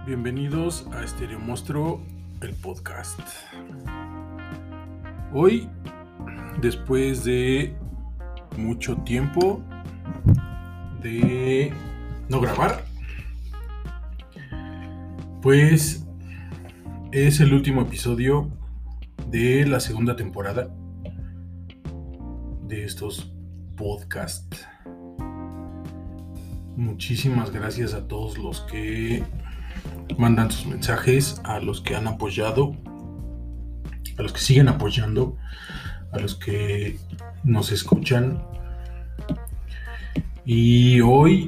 Bienvenidos a Estéreo Monstruo, el podcast. Hoy, después de mucho tiempo de no grabar, pues es el último episodio de la segunda temporada de estos podcasts. Muchísimas gracias a todos los que mandan sus mensajes, a los que han apoyado, a los que siguen apoyando, a los que nos escuchan. Y hoy,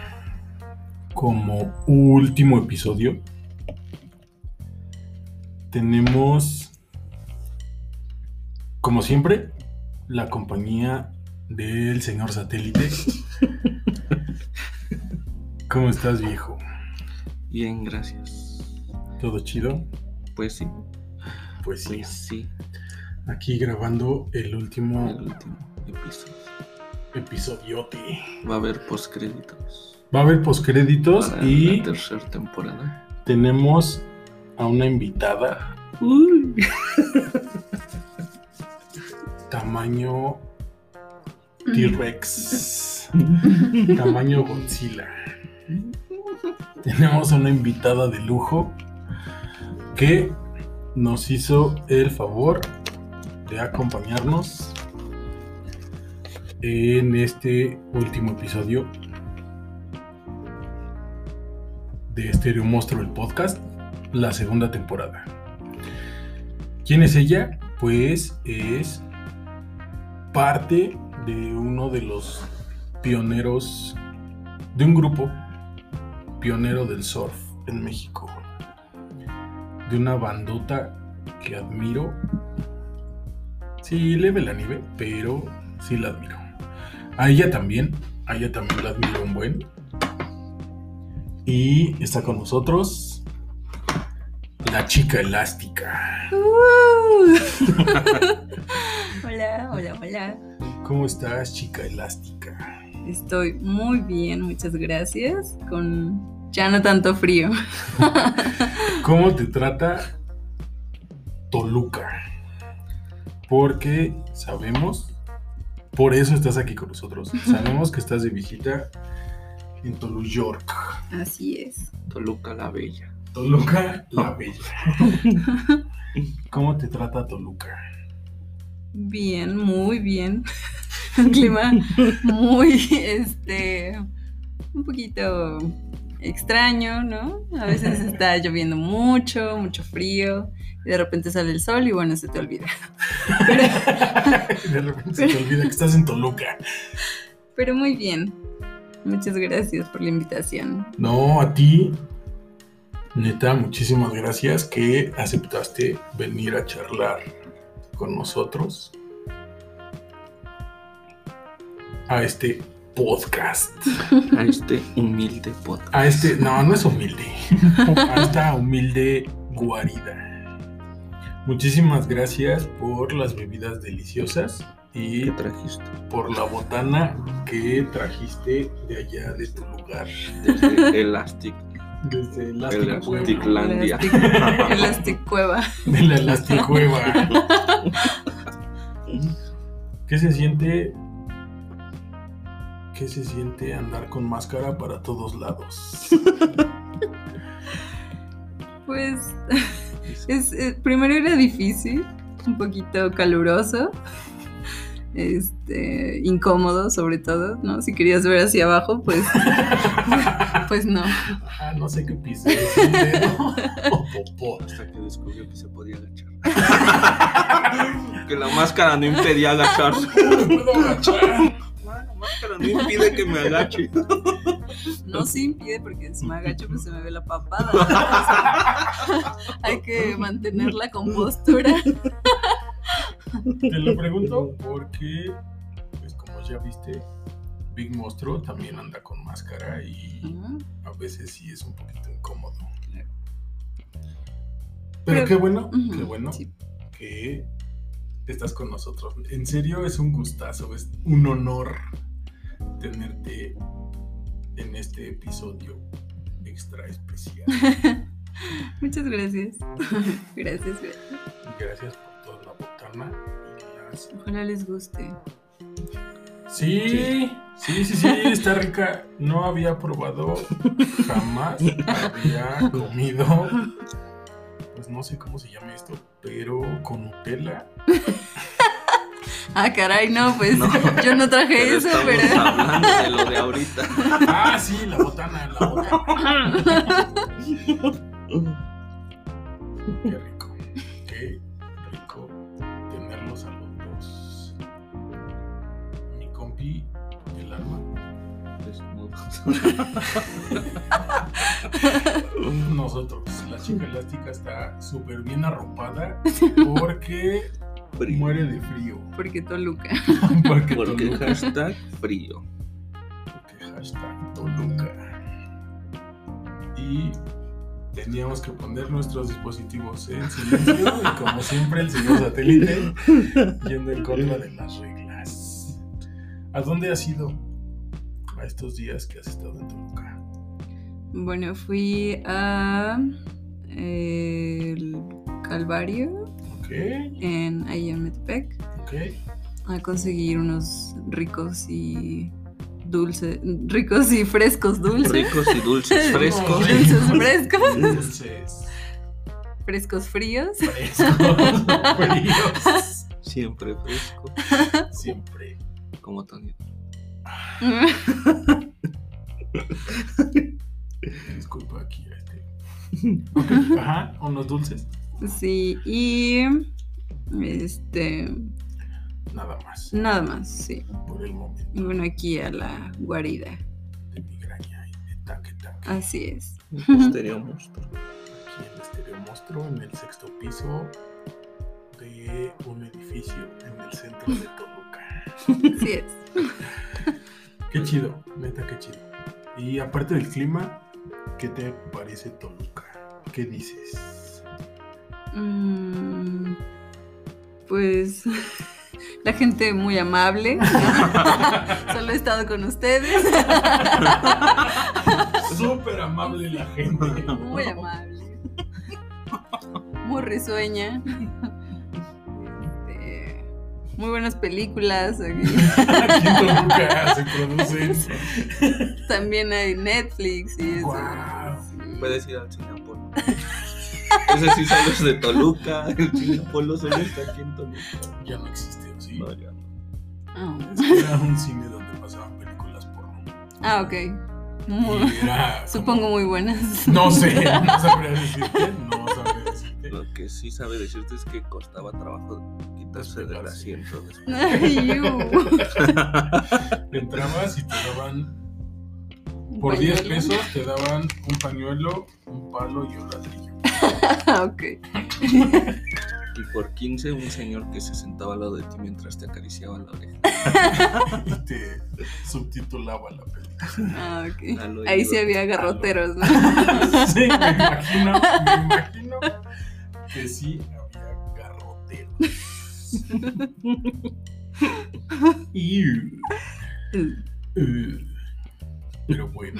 como último episodio, tenemos, como siempre, la compañía del señor Satélite. ¿Cómo estás, viejo? Bien, gracias. ¿Todo chido? Pues sí. Pues sí. Pues sí. Aquí grabando el último episodiote. Va a haber postcréditos. Va a haber postcréditos para y la tercera temporada. Tenemos a una invitada. Tamaño T-Rex. Tamaño Godzilla. Tenemos a una invitada de lujo que nos hizo el favor de acompañarnos en este último episodio de Estéreo Monstruo, el podcast, la segunda temporada. ¿Quién es ella? Pues es parte de uno de los pioneros de un grupo pionero del surf en México, de una bandota que admiro. Sí, leve la nieve, pero sí la admiro. A ella también la admiro un buen. Y está con nosotros la chica elástica. Hola. ¿Cómo estás, chica elástica? Estoy muy bien, muchas gracias. Con ya no tanto frío. ¿Cómo te trata Toluca? Porque sabemos, por eso estás aquí con nosotros. Sabemos que estás de visita en Toluca, York. Así es. Toluca la Bella. Toluca la Bella. ¿Cómo te trata Toluca? Bien, muy bien. Un clima muy, un poquito extraño, ¿no? A veces está lloviendo mucho frío, y de repente sale el sol y bueno, se te olvida. De repente se te olvida que estás en Toluca. Pero muy bien. Muchas gracias por la invitación. No, a ti, neta, muchísimas gracias que aceptaste venir a charlar con nosotros a este podcast. A este humilde podcast. No es humilde. A esta humilde guarida. Muchísimas gracias por las bebidas deliciosas y ¿Qué trajiste? por la botana que trajiste de allá de tu lugar. Desde Elastic. Desde Elastic Elasticlandia. Elastic Cueva. De la Elasticueva. ¿Qué se siente andar con máscara para todos lados? Pues primero era difícil, un poquito caluroso, incómodo sobre todo, ¿no? Si querías ver hacia abajo, pues no. No sé qué piso, es un dedo o popó. Hasta que descubrió que se podía agachar. Que la máscara no impedía agacharse. No puedo agachar. La máscara no impide que me agache. No se impide porque si me agacho pues se me ve la papada. O sea, hay que mantener la compostura. Te lo pregunto porque, pues como ya viste, Big Monstruo también anda con máscara y a veces sí es un poquito incómodo. Pero qué bueno, sí, que estás con nosotros. En serio, es un gustazo, es un honor tenerte en este episodio extra especial. Muchas gracias. Gracias. Gracias por toda la botana y las... Ojalá les guste. Sí, está rica. No había probado, jamás había comido, pues no sé cómo se llama esto, pero con Nutella. Ah, caray, no, pues No, yo no traje pero eso, estamos pero... hablando de lo de ahorita. Ah, sí, la botana. Qué rico tenerlos a los dos. Mi compi, el alma. Nosotros, la chica elástica está súper bien arropada porque muere de frío. Porque Toluca. Porque Porque hashtag frío. Porque hashtag Toluca. Y teníamos que poner nuestros dispositivos en silencio y como siempre el señor satélite yendo en contra de las reglas. ¿A dónde has ido a estos días que has estado en Toluca? Bueno, fui a el Calvario Ok, ahí en Metepec ok. a conseguir unos ricos y frescos dulces. Ricos y dulces frescos. Dulces frescos. Dulces. Frescos fríos. Frescos. Fríos. Siempre fresco. Siempre. Como Tony. Disculpa aquí Ok, ajá, unos dulces. Sí, y Nada más, nada más, sí. por el momento. Y bueno, aquí a la guarida. De migraña y de tanque. Así es. Misterio monstruo. Aquí en Estéreo Monstruo, en el 6º piso de un edificio en el centro de Toluca. Así es. Qué chido, neta, qué chido. Y aparte del clima, ¿qué te parece Toluca? ¿Qué dices? Pues la gente muy amable. Solo he estado con ustedes. Súper amable la gente. Muy amable. Muy risueña. Muy buenas películas aquí. Aquí en Toluca se producen. También hay Netflix y eso. Guau. Sí. Puedes ir al cine Apolo. Ese sí sales de Toluca. El cine Apolo solo está aquí en Toluca. Ya no existe, ¿o sí? No, ya no. Ah. Era un cine donde pasaban películas porno. Ah, ok. Y era Supongo muy buenas. No sé, no sabría decirte. Lo que sí sabe decirte es que costaba trabajo quitarse del asiento después. Ay, Entrabas y te daban, Un por 10 pañuelo. pesos, te daban un pañuelo, un palo y un ladrillo. Ok. Y por 15 un señor que se sentaba al lado de ti mientras te acariciaba la oreja. Y te subtitulaba la película. Ah, ok. Al oído. Ahí sí había garroteros, ¿no? Sí, me imagino que sí había garroteros. Pero bueno.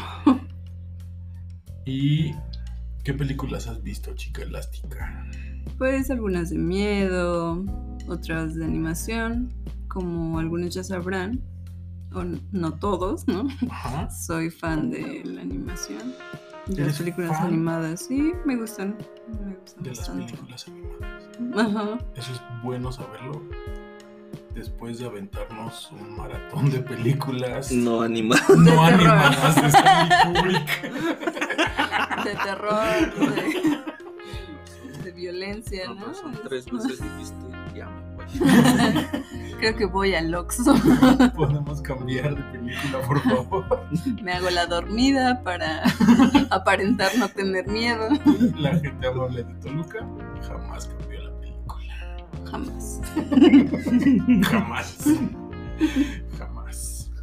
¿Y qué películas has visto, chica elástica? Pues algunas de miedo, otras de animación, como algunos ya sabrán, o no todos, ¿no? Ajá. Soy fan de la animación, de ¿Eres las películas fan? animadas, sí, me gustan De las bastante. películas animadas. Ajá. Eso es bueno saberlo. Después de aventarnos un maratón de películas No animado. no De terror. animadas de Stanley Kubrick. De terror, de violencia, Con ¿no? razón, 3 veces dijiste, ya me voy. Creo que voy al Oxxo. Podemos cambiar de película, por favor. Me hago la dormida para aparentar no tener miedo. La gente amable de Toluca jamás cambió la película. Jamás. Jamás.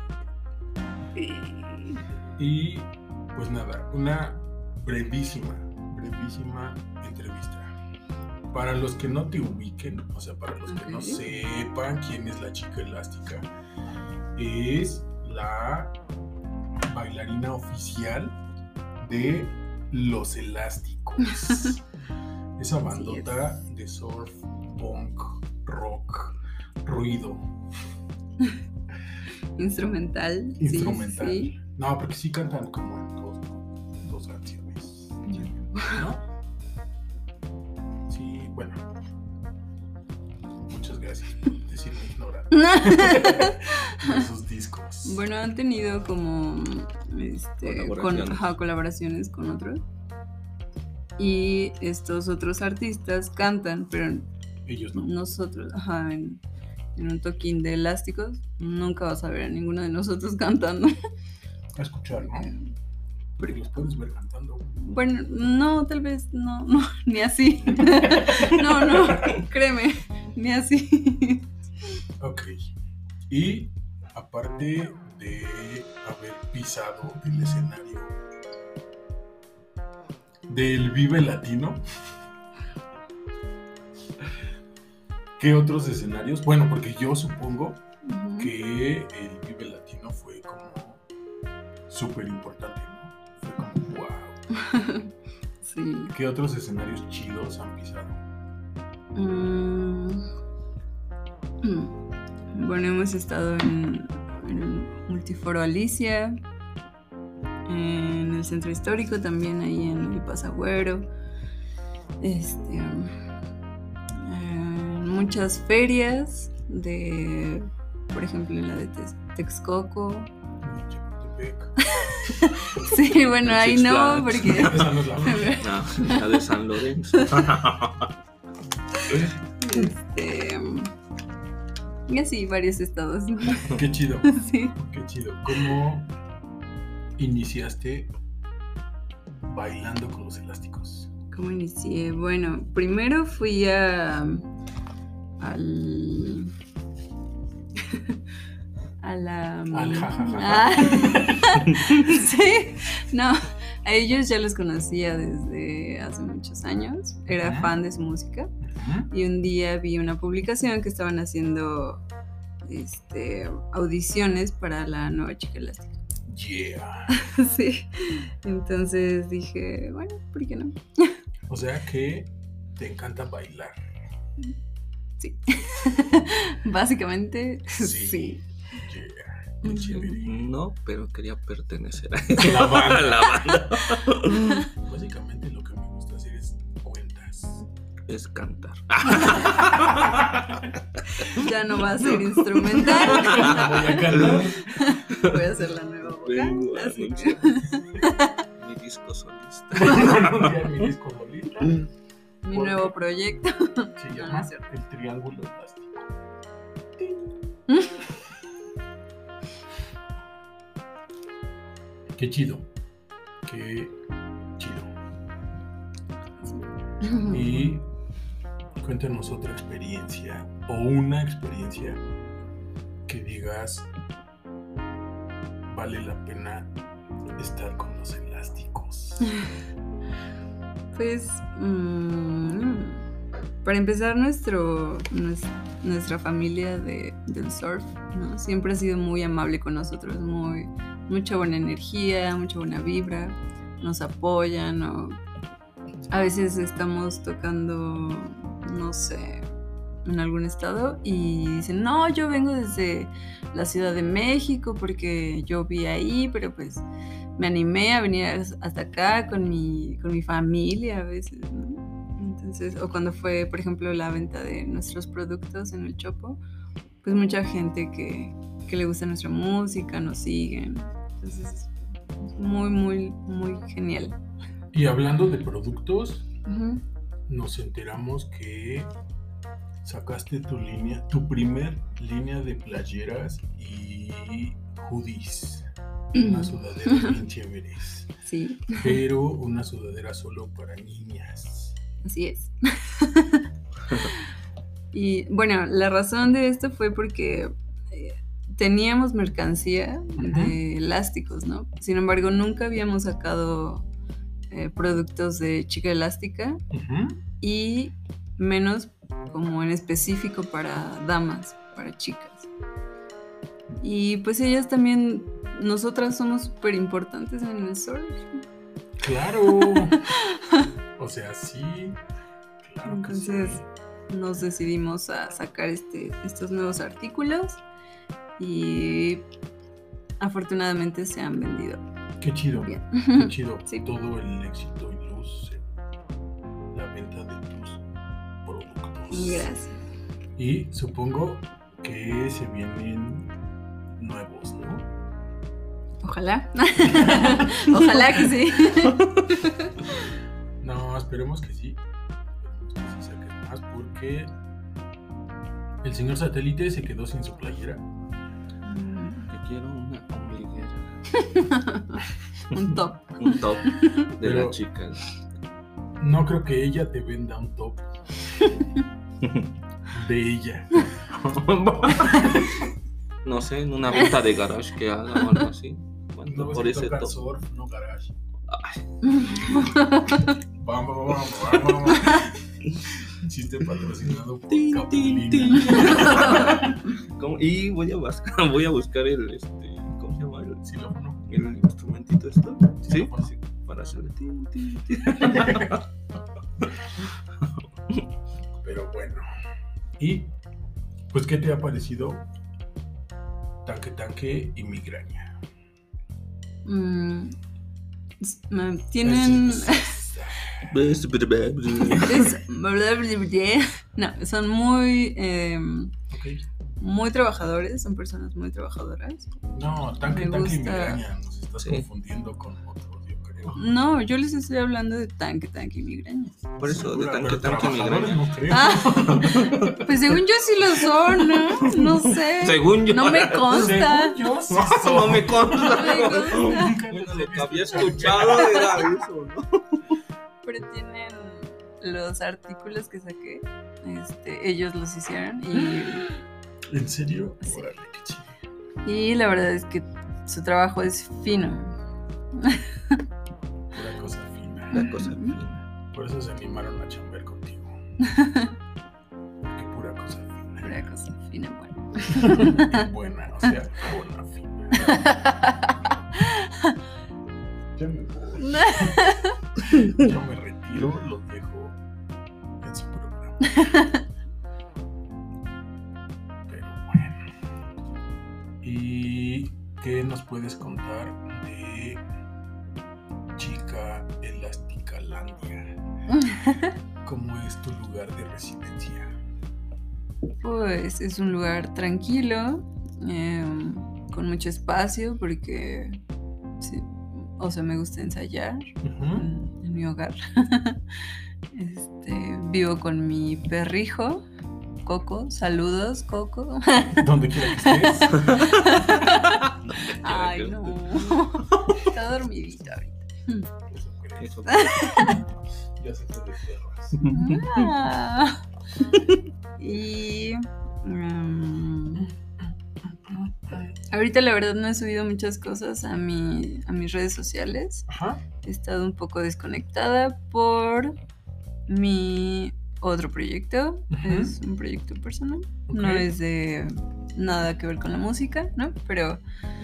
Y pues nada, una brevísima entrevista. Para los que no te ubiquen, o sea, para los que no Ok. sepan quién es la chica elástica, es la bailarina oficial de Los Elásticos. Esa bandota de surf, punk, rock, ruido. Instrumental. Instrumental. Sí. No, porque sí cantan como en dos canciones. ¿No? Sí, bueno. Muchas gracias por decirme ignorante de esos discos. Bueno, han tenido como colaboraciones con otros. Y estos otros artistas cantan, pero Ellos no. nosotros, en un toquín de Elásticos, nunca vas a ver a ninguno de nosotros cantando. A escuchar, ¿no? Porque los puedes ver cantando. Bueno, no, tal vez no, ni así. No, créeme, ni así. Ok. Y aparte de haber pisado el escenario del Vive Latino, ¿qué otros escenarios? Bueno, porque yo supongo que el Vive Latino fue como súper importante, ¿no? Fue como wow. Sí. ¿Qué otros escenarios chidos han pisado? Bueno, hemos estado en el Multiforo Alicia, en el Centro Histórico también, ahí en el Pasagüero, en muchas ferias de, por ejemplo, en la de Texcoco. Sí, bueno, ahí no, porque Esa no es la feria. No, la de San Lorenzo. Y así, varios estados. Qué chido. Sí. Qué chido. ¿Cómo iniciaste bailando con Los Elásticos? ¿Cómo inicié? Bueno, primero fui al jajaja. Sí, no, a ellos ya los conocía desde hace muchos años, era fan de su música. Y un día vi una publicación que estaban haciendo audiciones para la nueva Chica Elástica. Yeah. Sí, entonces dije, bueno, ¿por qué no? O sea que te encanta bailar. Sí. Básicamente, sí. Yeah. Qué chévere. No, pero quería pertenecer a La banda. la banda. Básicamente lo que me gusta hacer es cuentas. Es cantar. Ya no va a ser instrumental. Voy a cantar. Voy a hacer la nueva vocal. Vengo a Así anunciar que mi disco solista. Anunciar mi disco solista. mi nuevo proyecto. Se No, llama no es cierto. El Triángulo Elástico. Qué chido. Qué chido. Y cuéntanos otra experiencia o una experiencia que digas vale la pena estar con Los Elásticos. Pues, para empezar, nuestra familia del surf, ¿no? Siempre ha sido muy amable con nosotros, mucha buena energía, mucha buena vibra, nos apoyan, o a veces estamos tocando, no sé, en algún estado y dicen, no, yo vengo desde la Ciudad de México porque yo vi ahí, pero pues me animé a venir hasta acá con mi familia a veces, ¿no? Entonces, o cuando fue, por ejemplo, la venta de nuestros productos en el Chopo, pues mucha gente que le gusta nuestra música, nos siguen. Entonces, es muy, muy, muy genial. Y hablando de productos, Uh-huh. nos enteramos que sacaste tu primer línea de playeras y hoodies. Unas sudaderas bien chéveres. Sí, Pero una sudadera solo para niñas. así es. Y bueno, la razón de esto fue porque teníamos mercancía de elásticos, ¿no? Sin embargo, nunca habíamos sacado productos de Chica Elástica y menos como en específico para damas, para chicas. Y pues ellas también, nosotras somos súper importantes en el surf. Claro. O sea, sí. Claro que Entonces sí. nos decidimos a sacar estos nuevos artículos y afortunadamente se han vendido Qué chido. bien. Qué chido. Sí. Todo el éxito y luz en la venta de tus productos. Gracias. Y supongo que se vienen nuevos, ¿no? Ojalá. Ojalá que sí. No, esperemos que sí. Esperemos que sí saques más porque el señor Satélite se quedó sin su playera. Que quiero una ombliguera. Un top. Un top de Pero- las chicas. No creo que ella te venda un top de ella. No sé, en una venta de garage que haga o algo así. ¿Cuánto No ves por que ese toca top? surf, no garage. Ay, Vamos. Chiste patrocinado por tin, tin, Capulina. tin. ¿Cómo? Y voy a buscar el ¿cómo se llama? Xilófono. El instrumentito esto. Sí, Xilófono. sí, para hacer tin, tin, tin. Pero bueno. Y pues, ¿qué te ha parecido Tanque y Migraña? Tienen. Es- No, son muy, Ok. muy trabajadores, son personas muy trabajadoras. No, Tanque Me y gusta. Migraña. Nos estás Sí. confundiendo con otros, yo creo. No, yo les estoy hablando de tanque y migraña. Por eso, de Segura, tanque, pero tanque, trabajadores migraña. no creo. Ah, pues según yo sí lo son, ¿no? No sé. Según yo. No me consta. Según yo, sí No me consta. No me consta. Nunca Bueno, los lo he que había visto. escuchado era eso, ¿no? Pero tienen los artículos que saqué, ellos los hicieron ¿En serio? Sí. Órale, qué chido. y la verdad es que su trabajo es fino. Pura cosa fina. La cosa fina. Por eso se animaron a chambear contigo. Porque pura cosa fina. Pura cosa fina, bueno. Buena, o sea, buena fina. Ya me voy. Yo me retiro, los dejo en su programa. Pero bueno. ¿Y qué nos puedes contar de Chica Elasticalandia? ¿Cómo es tu lugar de residencia? Pues es un lugar tranquilo, con mucho espacio, porque sí, o sea, me gusta ensayar en mi hogar. Vivo con mi perrijo, Coco. Saludos, Coco. Donde quiera que estés. Ay, no. Está dormidito ahorita. Eso creo. Eso. Ya se fue de perras. Ah. Y ahorita la verdad no he subido muchas cosas a mis redes sociales. Ajá. He estado un poco desconectada por mi otro proyecto. Ujú. Es un proyecto personal. Ok. No es de nada que ver con la música, ¿no? Pero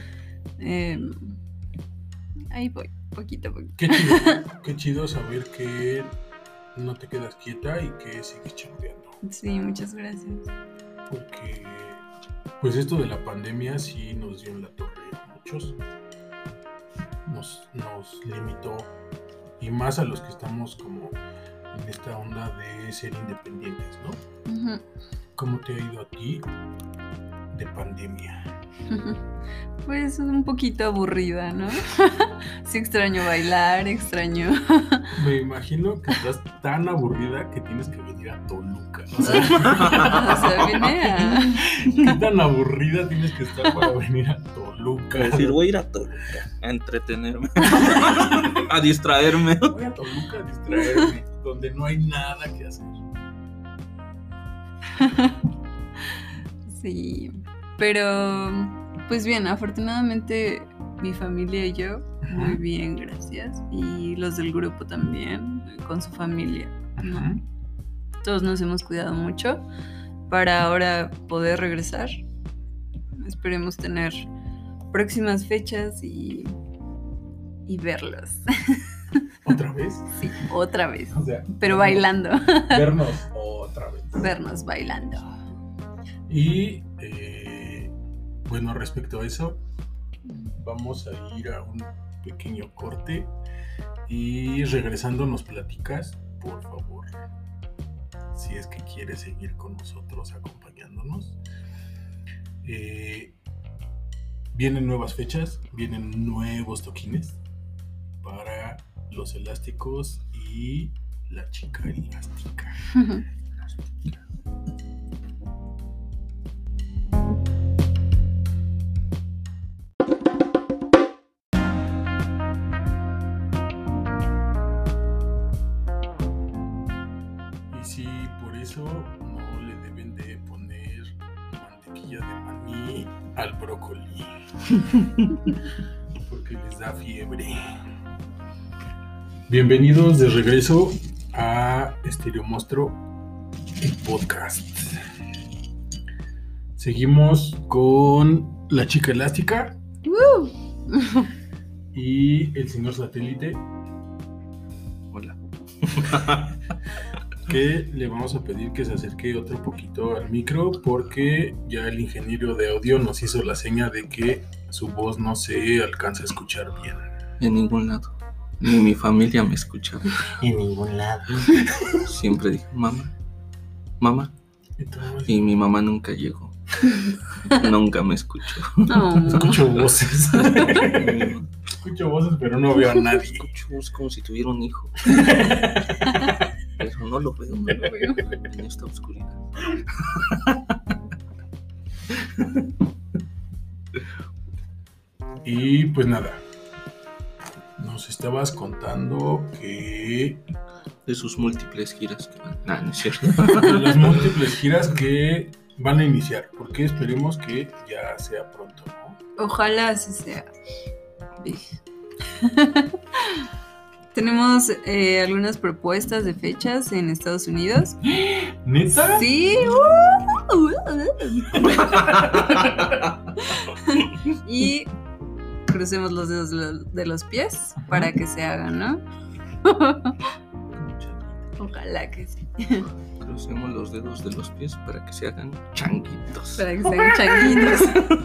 ahí voy, poquito a poquito. Qué chido saber que no te quedas quieta y que sigues chambeando. Sí, muchas gracias. Porque pues esto de la pandemia sí nos dio en la torre a muchos. Nos limitó. Y más a los que estamos como en esta onda de ser independientes, ¿no? Ujú. ¿Cómo te ha ido a ti de pandemia? Pues un poquito aburrida, ¿no? Sí extraño bailar, extraño. Me imagino que estás tan aburrida que tienes que venir a Toluca. O O sea, sea, vine a... ¿qué tan aburrida tienes que estar para venir a Toluca? Decir, voy a ir a Toluca a entretenerme, a distraerme. Voy a Toluca a distraerme, donde no hay nada que hacer. Sí, pero pues bien, afortunadamente mi familia y yo muy bien, gracias. Y los del grupo también, con su familia, ¿no? Ujú. Todos nos hemos cuidado mucho para ahora poder regresar. Esperemos tener próximas fechas y verlos. ¿Otra vez? Sí, otra vez. O sea, Pero bailando. vernos otra vez. Vernos bailando. Y bueno, respecto a eso, vamos a ir a un pequeño corte y regresando nos platicas, por favor, si es que quieres seguir con nosotros acompañándonos. Vienen nuevas fechas, vienen nuevos toquines para los elásticos y la chica elástica. Y si por eso no le deben de poner mantequilla de maní al brócoli, porque les da fiebre. Bienvenidos de regreso a Estéreo Monstruo, el podcast. Seguimos con la chica elástica y el señor satélite. Hola. Que le vamos a pedir que se acerque otro poquito al micro porque ya el ingeniero de audio nos hizo la seña de que su voz no se alcanza a escuchar bien. En ningún lado. Ni mi familia me escuchaba. En ningún lado. Siempre dije, mamá. Entonces, Y mi mamá nunca llegó. Nunca me escuchó. Oh. escucho voces. Escucho voces, pero no veo a nadie. Escucho voz como si tuviera un hijo. Pero no lo veo. En esta oscuridad. Y pues nada. Nos estabas contando que De sus múltiples giras que van. No es cierto. de las múltiples giras que van a iniciar, porque esperemos que ya sea pronto, ¿no? Ojalá así sea. Tenemos algunas propuestas de fechas en Estados Unidos. ¿Neta? Sí. Y crucemos los dedos de los pies para que se hagan, ¿no? Ojalá que sí. Crucemos los dedos de los pies para que se hagan changuitos. Para que se hagan changuitos.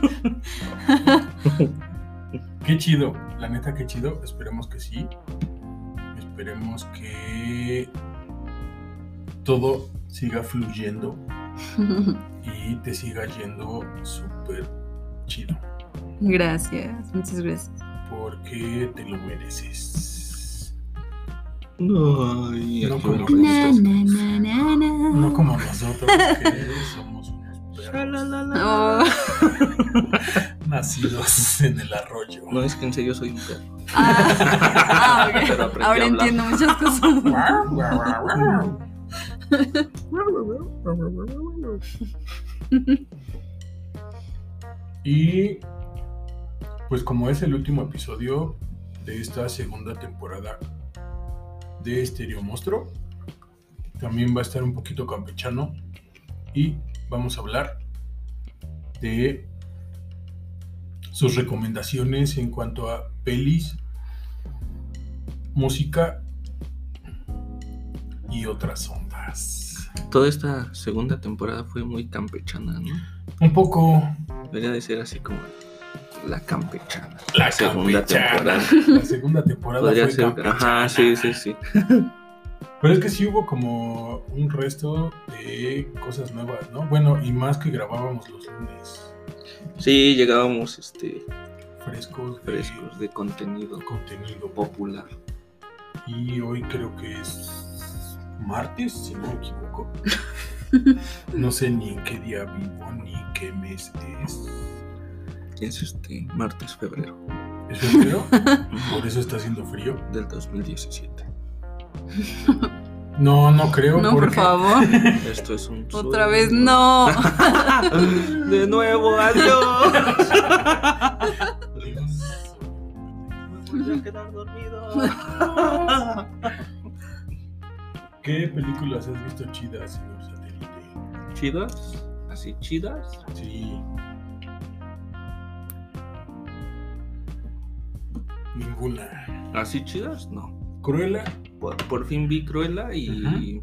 Qué chido, la neta, qué chido. Esperemos que sí. Esperemos que todo siga fluyendo y te siga yendo súper chido, Gracias, muchas gracias. porque te lo mereces. Ay, No aquí como- ven Na, los na, na, na, na. No como nosotros, que somos unos perros Oh. nacidos en el arroyo. No, es que en serio soy un perro. Ok. Pero aprendí Ahora a hablar. entiendo muchas cosas. Y pues como es el último episodio de esta segunda temporada de Estéreo Monstruo, también va a estar un poquito campechano y vamos a hablar de sus recomendaciones en cuanto a pelis, música y otras ondas. Toda esta segunda temporada fue muy campechana, ¿no? Un poco Debería de ser así como la campechana. la segunda campechana. temporada. La segunda temporada Podría fue ser. campechana. Ajá, sí. Pero es que sí hubo como un resto de cosas nuevas, ¿no? Bueno, y más que grabábamos los lunes Sí, llegábamos frescos frescos de contenido contenido popular. y hoy creo que es martes, si no me equivoco. No sé ni en qué día vivo ni qué mes es. Es martes, febrero ¿Es febrero? Por eso está haciendo frío. del 2017. No, no creo. No, por porque favor. Esto es un Otra sueño. vez no. De nuevo, adiós. Me voy a quedar dormido. ¿Qué películas has visto chidas, señor satélite? ¿Chidas? ¿Así chidas? Sí. Ninguna. ¿Así chidas? No. Cruella. Por fin vi Cruella y...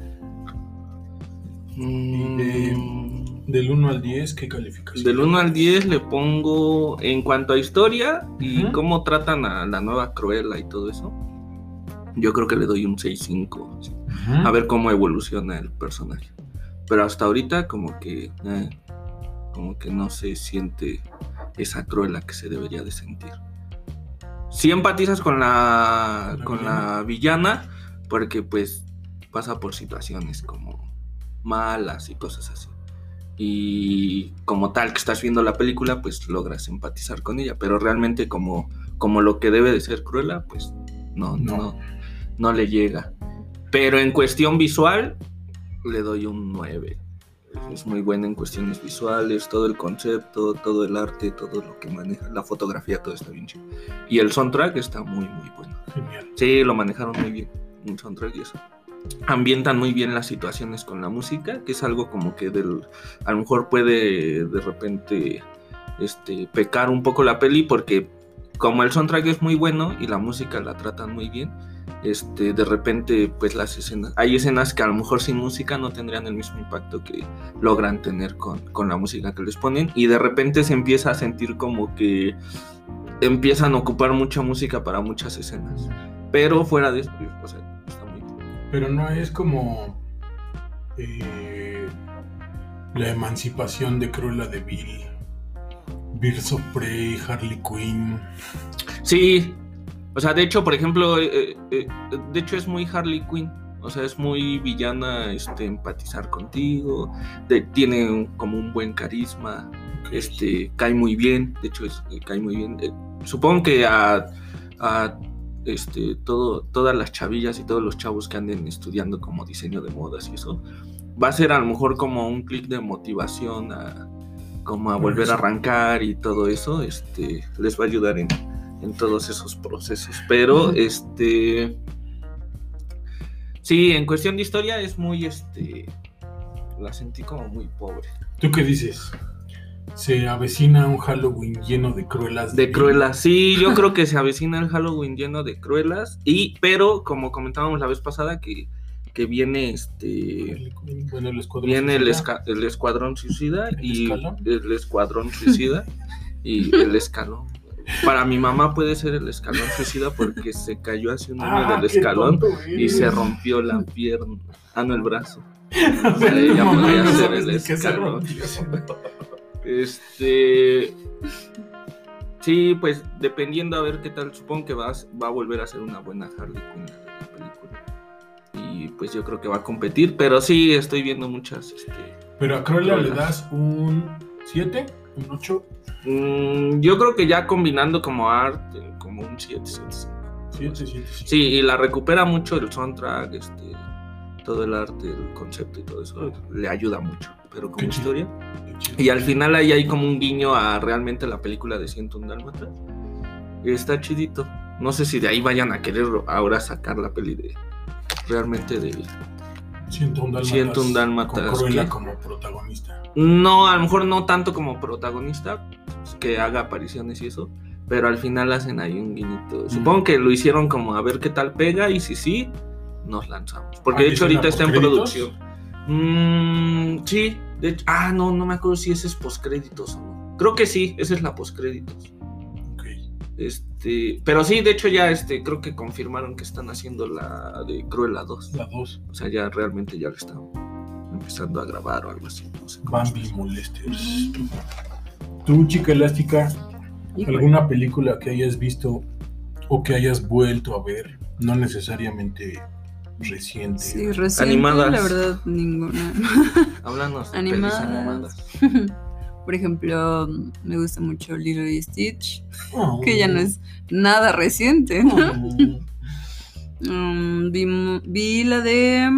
Del 1 al 10, ¿qué calificación? Del 1 al 10 le pongo, en cuanto a historia y Ujú. cómo tratan a la nueva Cruella y todo eso, yo creo que le doy un 6.5. ¿Sí? Ujú. A ver cómo evoluciona el personaje. Pero hasta ahorita como que no se siente esa Cruella que se debería de sentir. Sí empatizas con la villana, porque pues pasa por situaciones como malas y cosas así. Y como tal que estás viendo la película, pues logras empatizar con ella. Pero realmente como lo que debe de ser Cruella, pues no le llega. Pero en cuestión visual, le doy un 9. Es muy buena en cuestiones visuales, todo el concepto, todo el arte, todo lo que maneja, la fotografía, todo está bien chido. Y el soundtrack está muy, muy bueno. Genial. Sí, lo manejaron muy bien, un soundtrack y eso. Ambientan muy bien las situaciones con la música, que es algo como que a lo mejor puede de repente pecar un poco la peli, porque como el soundtrack es muy bueno y la música la tratan muy bien, de repente pues hay escenas que a lo mejor sin música no tendrían el mismo impacto que logran tener con la música que les ponen, y de repente se empieza a sentir como que empiezan a ocupar mucha música para muchas escenas, pero fuera de eso, o sea, está muy bien. Pero no es como la emancipación de Cruella de Vil, Birds of Prey, Harley Quinn. Sí, o sea, de hecho, por ejemplo, de hecho es muy Harley Quinn. O sea, es muy villana, empatizar contigo, tiene como un buen carisma, cae muy bien, de hecho cae muy bien. Supongo que todas las chavillas y todos los chavos que anden estudiando como diseño de modas y eso, va a ser a lo mejor como un clic de motivación como a volver a arrancar y todo eso, les va a ayudar en todos esos procesos. Pero sí, en cuestión de historia es muy la sentí como muy pobre. ¿Tú qué dices? ¿Se avecina un Halloween lleno de Cruellas? De Cruellas, sí, yo creo que se avecina el Halloween lleno de Cruellas, pero como comentábamos la vez pasada que viene bueno, viene el Escuadrón Suicida y el Escuadrón Suicida y el Escalón. Para mi mamá puede ser el Escalón Suicida porque se cayó hace un año del escalón y se rompió la pierna, no, el brazo. O sea, ella podría ser el Escalón. Sí, pues dependiendo a ver qué tal, supongo que va a volver a ser una buena Harley Quinn la película. Y pues yo creo que va a competir, pero sí estoy viendo muchas. Pero a Cruella le das un 7, un 8. Yo creo que ya combinando como arte, como un 7. 7. Sí, y la recupera mucho el soundtrack, todo el arte, el concepto y todo eso, le ayuda mucho. Pero como historia. Y al final ahí hay como un guiño a realmente la película de 101 Dálmatas. Está chidito. No sé si de ahí vayan a querer ahora sacar la peli de 101 Dálmatas. Con Cruella como protagonista. No, a lo mejor no tanto como protagonista, que haga apariciones y eso, pero al final hacen ahí un guiñito. Supongo que lo hicieron como a ver qué tal pega, y si nos lanzamos. Porque de hecho ahorita está en producción. Sí, de hecho, no me acuerdo si ese es postcréditos o no. Creo que sí, esa es la postcréditos. Okay. Pero sí, de hecho ya creo que confirmaron que están haciendo la de Cruella 2. La 2. O sea, ya realmente ya lo están empezando a grabar o algo así. No sé cómo Bambi Molesters. ¿Tú, chica elástica, alguna película que hayas visto o que hayas vuelto a ver? No necesariamente reciente. Sí, reciente, animadas. La verdad, ninguna. Háblanos de animadas. Por ejemplo, me gusta mucho Lilo y Stitch, que ya no es nada reciente, ¿no? Vi la de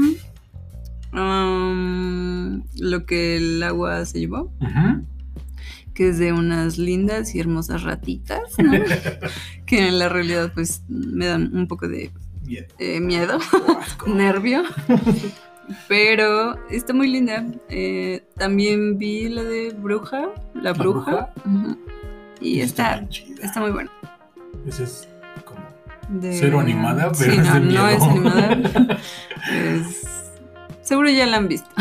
Lo que el agua se llevó, que es de unas lindas y hermosas ratitas, ¿no? Que en la realidad pues me dan un poco de miedo, nervio, pero está muy linda. También vi la de La Bruja. Uh-huh. Y está muy buena. Esa es como Cero animada, pero sí, es de no miedo. es animada. Seguro ya la han visto.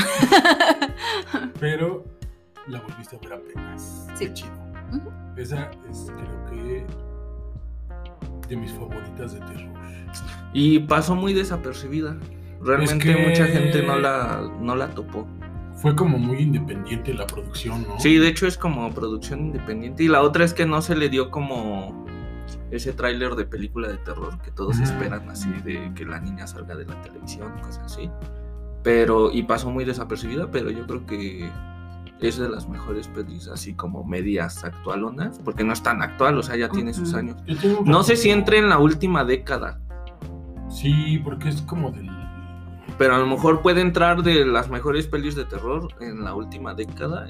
Pero la volviste a ver apenas. Sí. Qué chido. Ujú. Esa es, creo que, de mis favoritas de terror. Y pasó muy desapercibida. Realmente Es que- mucha gente no la topó. Fue como muy independiente la producción, ¿no? Sí, de hecho es como producción independiente. Y la otra es que no se le dio como ese tráiler de película de terror que todos Ujú. esperan, así de que la niña salga de la televisión y cosas así. Y pasó muy desapercibida, pero yo creo que es de las mejores pelis así como medias actualonas, porque no es tan actual, o sea, ya tiene sus Ujú. años. Yo tengo un No sé si ratito- entre en la última década, Sí, porque es como del... pero a lo mejor puede entrar de las mejores pelis de terror en la última década.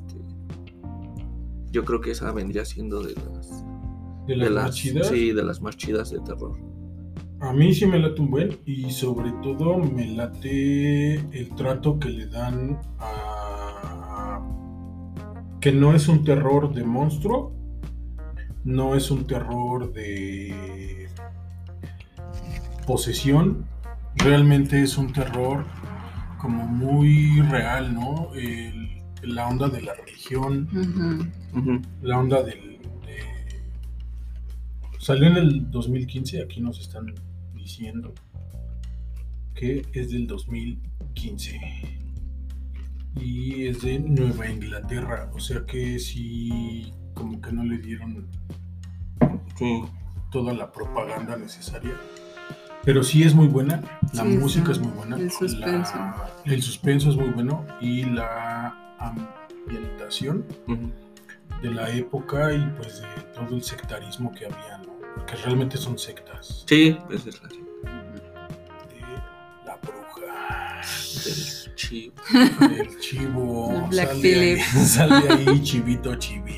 Yo creo que esa vendría siendo de las más chidas. Sí, de las más chidas de terror. A mí sí me late un buen, y sobre todo me late el trato que le dan a... que no es un terror de monstruo, no es un terror de posesión, realmente es un terror como muy real, ¿no? La onda de la religión, Ujú. la onda salió en el 2015, aquí nos están diciendo que es del 2015 y es de Nueva Inglaterra, o sea que sí, como que no le dieron Sí. toda la propaganda necesaria, pero sí es muy buena, la Sí, música sí, es muy buena, el suspenso. el suspenso es muy bueno, y la ambientación Ujú. de la época y pues de todo el sectarismo que había, ¿no? Porque realmente son sectas Sí, esa es la de la bruja, del chivo. del chivo, El Black sale Phillip. ahí, sale ahí chivito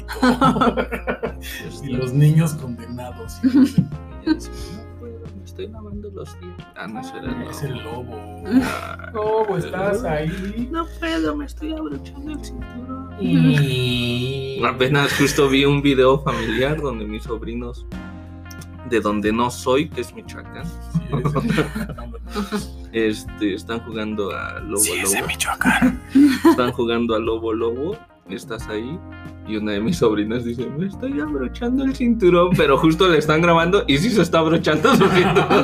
y los niños condenados. Y ella dice, no puedo, me estoy lavando los dientes. Ah, no, eso era el Es el lobo. lobo. Ah, Lobo, estás ahí. No puedo, me estoy abrochando el cinturón. Y... Apenas justo vi un video familiar donde mis sobrinos, de donde no soy, que es Michoacán, Sí, es de Michoacán, no, están jugando a Lobo sí, es de Lobo. Michoacán. Están jugando a Lobo Lobo, estás ahí, y una de mis sobrinas dice, me estoy abrochando el cinturón, pero justo le están grabando y sí se está abrochando su cinturón.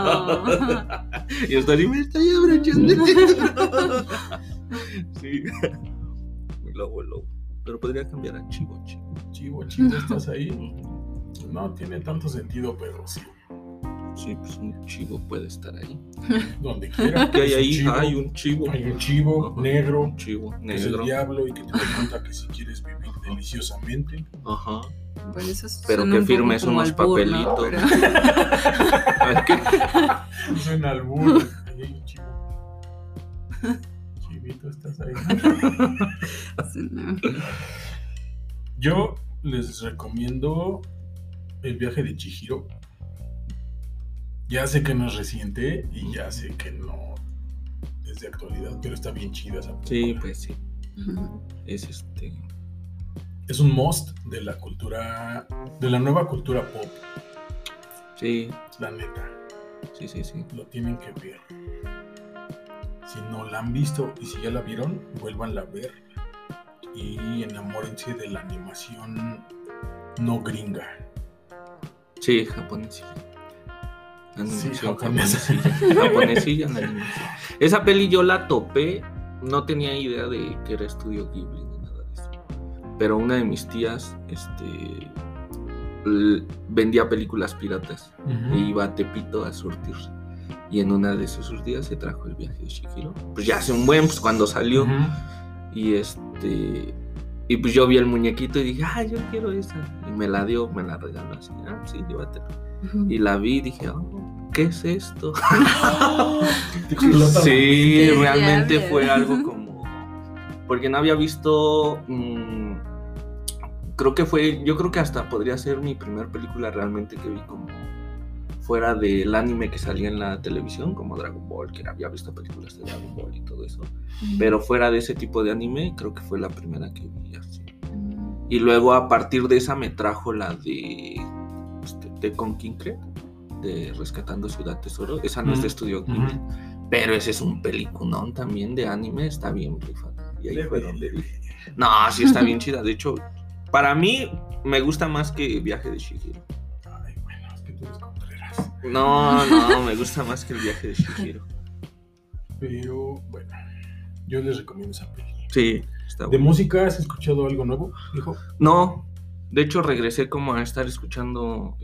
Y está así, me estoy abrochando el cinturón. Sí. Lobo Lobo. Pero podría cambiar a Chivo Chivo. Chivo, estás ahí. No tiene tanto sentido, pero sí. Sí, pues un chivo puede estar ahí. Donde quiera. ¿Qué hay Es un ahí? chivo. Hay un chivo. Hay un chivo Ajá, negro, un chivo que es el negro. diablo y que te pregunta que si quieres vivir deliciosamente. Ajá. Bueno, eso Pero suena que un poco firmes como unos albur, ¿no? papelitos. Pero- A ver qué. Suena al burro. Ahí hay un chivo. Chivito, estás ahí. sí, no. Yo les recomiendo El viaje de Chihiro. Ya sé que no es reciente y ya sé que no es de actualidad, pero está bien chida esa película. Sí, pues sí. Ujú. Es Es un must de la cultura, de la nueva cultura pop, Sí, la neta. sí, sí, sí. Lo tienen que ver. Si no la han visto y si ya la vieron, vuélvanla a ver y enamórense de la animación no gringa. Sí, japonesilla. Animación Sí, japonesa. Japonesilla la animación. Esa peli yo la topé, no tenía idea de que era Estudio Ghibli ni nada de eso. Pero una de mis tías, vendía películas piratas e iba a Tepito a surtir. Y en una de sus surtidas se trajo El viaje de Chihiro. Pues ya hace un buen, pues cuando salió. Ujú. Y pues yo vi el muñequito y dije, yo quiero esa. Y me la dio, me la regaló así. Sí, llévatela. Y la vi y dije, ¿qué es esto? Te explota la Sí, mente. realmente Diablo. fue algo como... Porque no había visto... yo creo que hasta podría ser mi primer película realmente que vi como fuera del anime que salía en la televisión, como Dragon Ball, que había visto películas de Dragon Ball y todo eso. Pero fuera de ese tipo de anime, creo que fue la primera que vi así. Y luego a partir de esa me trajo la de Tekken King, creo. de Rescatando Ciudad Tesoro. Esa no es de Estudio Ghibli, pero ese es un peliculón también de anime, está bien rifada. Y ahí fue donde dije, no, sí está bien chida. De hecho, para mí me gusta más que Viaje de Chihiro. Ay, bueno, es que tú eres Contreras. No, me gusta más que el Viaje de Chihiro. Pero bueno, yo les recomiendo esa peli. Sí, está ¿De bueno. música has escuchado algo nuevo, hijo? No, de hecho regresé como a estar escuchando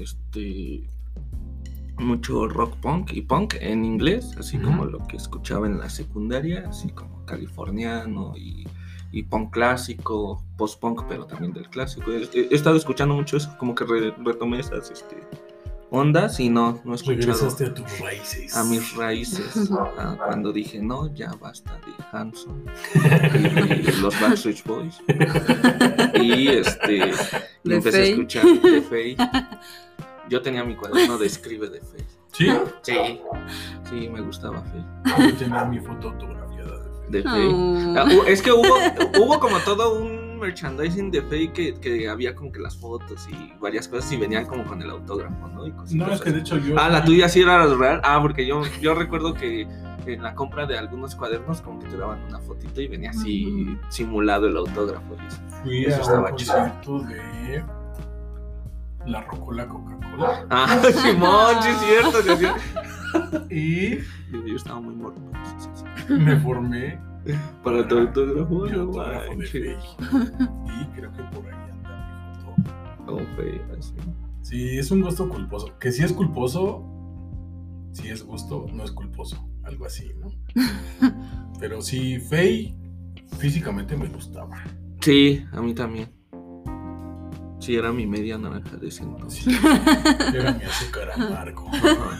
mucho rock punk y punk en inglés, así como lo que escuchaba en la secundaria, así como californiano y punk clásico, post-punk, pero también del clásico. He estado escuchando mucho eso, como que retomé esas ondas y no he escuchado. Regresaste a tus raíces. A mis raíces, cuando dije, no, ya basta de Hanson y los Backstreet Boys. Y empecé a escuchar de Faye. Yo tenía mi cuaderno de escribe de Faye. ¿Sí? Sí, me gustaba Faye. Yo tenía mi foto autografiada de Faye. Es que hubo como todo un merchandising de Faye que había como que las fotos y varias cosas y venían como con el autógrafo, ¿no? No, es que de hecho yo... la tuya sí era real. Porque yo recuerdo que en la compra de algunos cuadernos como que te daban una fotito y venía así simulado el autógrafo y eso. Fui eso a estaba un chido. concierto de La Rocola Coca-Cola. Simón, sí es cierto. Y yo estaba muy muerto. me formé para tu autógrafo. Mi autógrafo de Faye. Y creo que por ahí anda mi foto. Como Faye, así. Sí, es un gusto culposo. Que si es culposo, si es gusto, no es culposo. Algo así, ¿no? Pero sí, Faye físicamente me gustaba. Sí, a mí también. Sí, era mi media naranja de ese entonces. Sí, era mi azúcar amargo.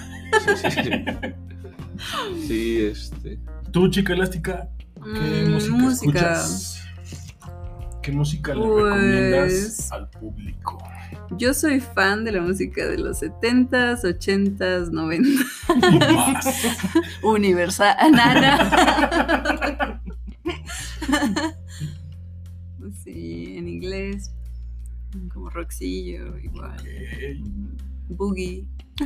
Sí. ¿Tú, chica elástica, qué música escuchas? ¿Qué música le recomiendas al público? Yo soy fan de la música de los 70s, 80s, 90s. Más. Universal. Nana. Sí, en inglés. Como rockcillo, igual. Okay. Boogie.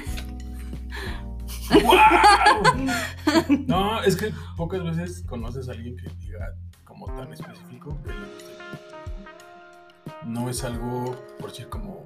¡Wow! No, es que pocas veces conoces a alguien que diga como tan específico que le guste. No es algo, por decir, como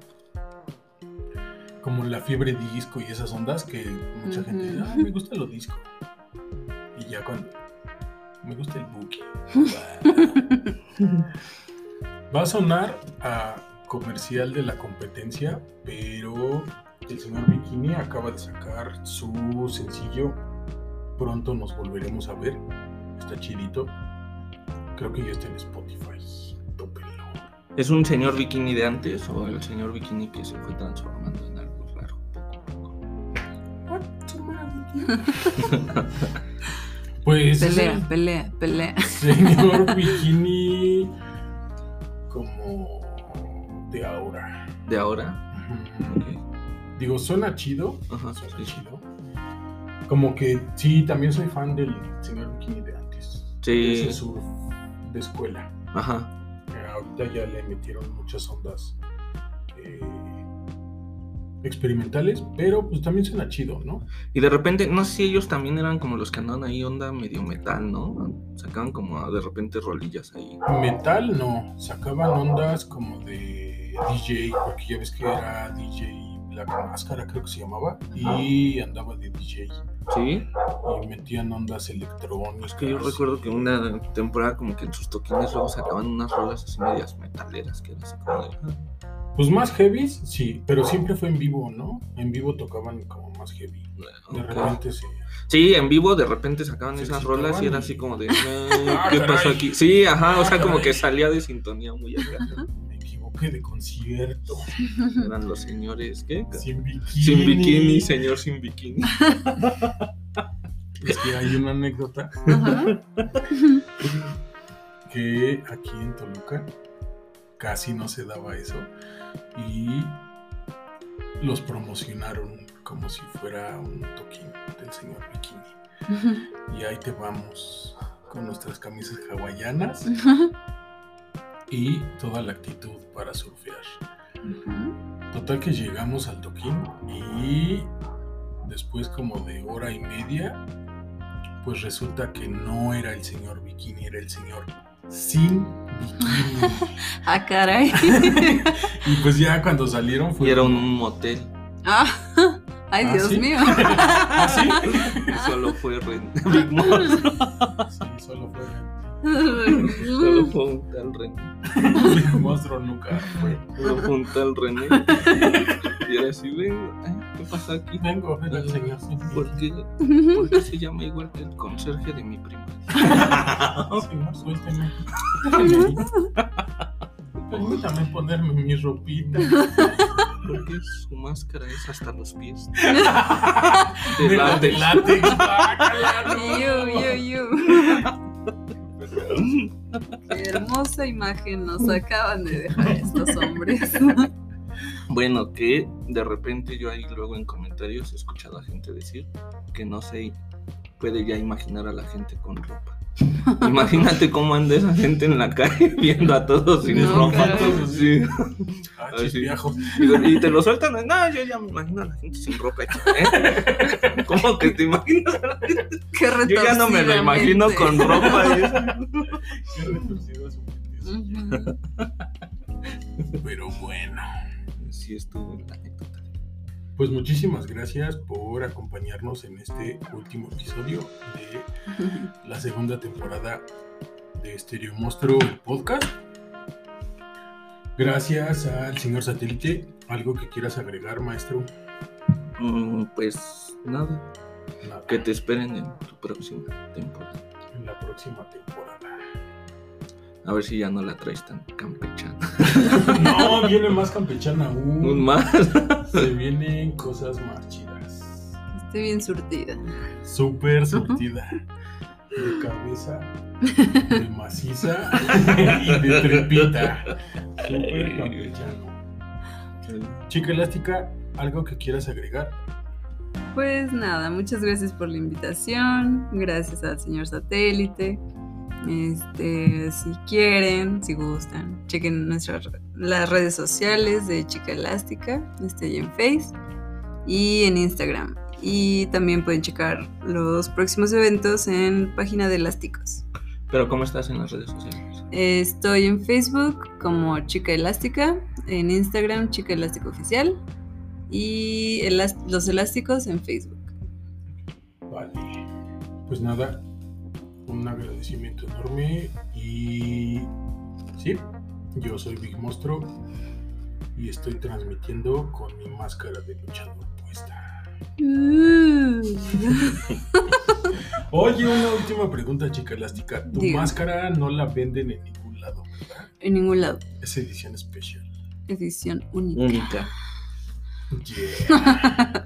la fiebre disco y esas ondas que mucha gente dice, me gusta lo disco. Y ya cuando me gusta el boogie. Wow. Va a sonar a comercial de la competencia, pero el señor Bikini acaba de sacar su sencillo. Pronto nos volveremos a ver. Está chidito. Creo que ya está en Spotify. Tópenlo. ¿Es un señor Bikini de antes o el señor Bikini que se fue transformando en algo raro? Pues pelea. Señor Bikini como de ahora. ¿De ahora? Okay. Digo, suena chido. Ajá, suena sí. chido. Como que sí, también soy fan del señor Bikini de antes. Sí. Ese surf de escuela. Ajá. Ahorita ya le metieron muchas ondas experimentales, pero pues también suena chido, ¿no? Y de repente, no sé si ellos también eran como los que andaban ahí onda medio metal, ¿no? Sacaban como de repente rolillas ahí. Metal no, sacaban ondas como de DJ, porque ya ves que era DJ Black Máscara, creo que se llamaba, y andaba de DJ. ¿Sí? Y metían ondas electrónicas. Es que yo recuerdo que una temporada como que en sus toquines luego sacaban unas rolas así medias metaleras, que era así como de... Pues más heavy, sí, pero siempre fue en vivo, ¿no? En vivo tocaban como más heavy. De repente sí. Sí, en vivo de repente sacaban esas rolas y era así como de... ¿Qué pasó aquí? Sí, ajá, o sea, como que salía de sintonía muy acá. Me equivoqué de concierto. Eran los señores, ¿qué? Sin bikini. Sin bikini, señor sin bikini. Es que hay una anécdota que aquí en Toluca casi no se daba eso y los promocionaron como si fuera un toquín del señor Bikini. Y ahí te vamos con nuestras camisas hawaianas y toda la actitud para surfear. Total que llegamos al toquín y después como de hora y media, pues resulta que no era el señor bikini, era el señor sin bikini. Ah, caray. Y pues ya cuando salieron fue... Y era un motel. Ay, Dios ¿sí? mío. ¿Ah, sí? Solo fue Big Monstruo. Sí, solo fue... Solo fue un tal René. Big Monstruo nunca fue. Solo fue un tal René. Y era así, vengo. Ay, ¿qué pasa aquí? Vengo, era el señor sin ¿Por bikini. qué? ¿Por qué se llama igual que el conserje de mi prima? Señor, suélteme. Permítame ponerme mi ropita. Porque su máscara es hasta los pies. De De látex. látex. Guácala, no. You. Qué hermosa imagen nos acaban de dejar estos hombres. Bueno, que de repente yo ahí luego en comentarios he escuchado a gente decir que no se puede ya imaginar a la gente con ropa. Imagínate cómo anda esa gente en la calle viendo a todos sin No, ropa. caray. Sí. Ah, Ay, sí. chispiajos. Y te lo sueltan. No, yo ya me imagino a la gente sin ropa. ¿Eh? ¿Cómo que te imaginas a la gente? Qué Yo ya no me lo imagino con ropa. Qué retorcido su mente. Ujú. Pero bueno. Sí estuvo en la anécdota. Pues muchísimas gracias por acompañarnos en este último episodio de la segunda temporada de Estéreo Monstruo, el podcast. Gracias al señor Satélite. ¿Algo que quieras agregar, maestro? Pues nada, Nada. que te esperen en tu próxima temporada. En la próxima temporada. A ver si ya no la traes tan campechana. No, viene más campechana Un aún. más. Se vienen cosas más chidas. Estoy bien surtida. Súper surtida. De cabeza, de maciza y de tripita. Súper campechano. Chica Elástica, ¿algo que quieras agregar? Pues nada, muchas gracias por la invitación. Gracias al señor Satélite. Si quieren, si gustan, chequen las redes sociales de Chica Elástica, ahí en Face y en Instagram. Y también pueden checar los próximos eventos en página de Elásticos. Pero ¿cómo estás en las redes sociales? Estoy en Facebook como Chica Elástica, en Instagram Chica Elástica Oficial y los Elásticos en Facebook. Vale. Pues nada, un agradecimiento enorme y sí, yo soy Big Monstruo y estoy transmitiendo con mi máscara de luchador puesta. Oye, una última pregunta, Chica Elástica. Tu Diga. máscara no la venden en ningún lado, ¿verdad? En ningún lado. Es edición especial. Edición única. Única. Yeah.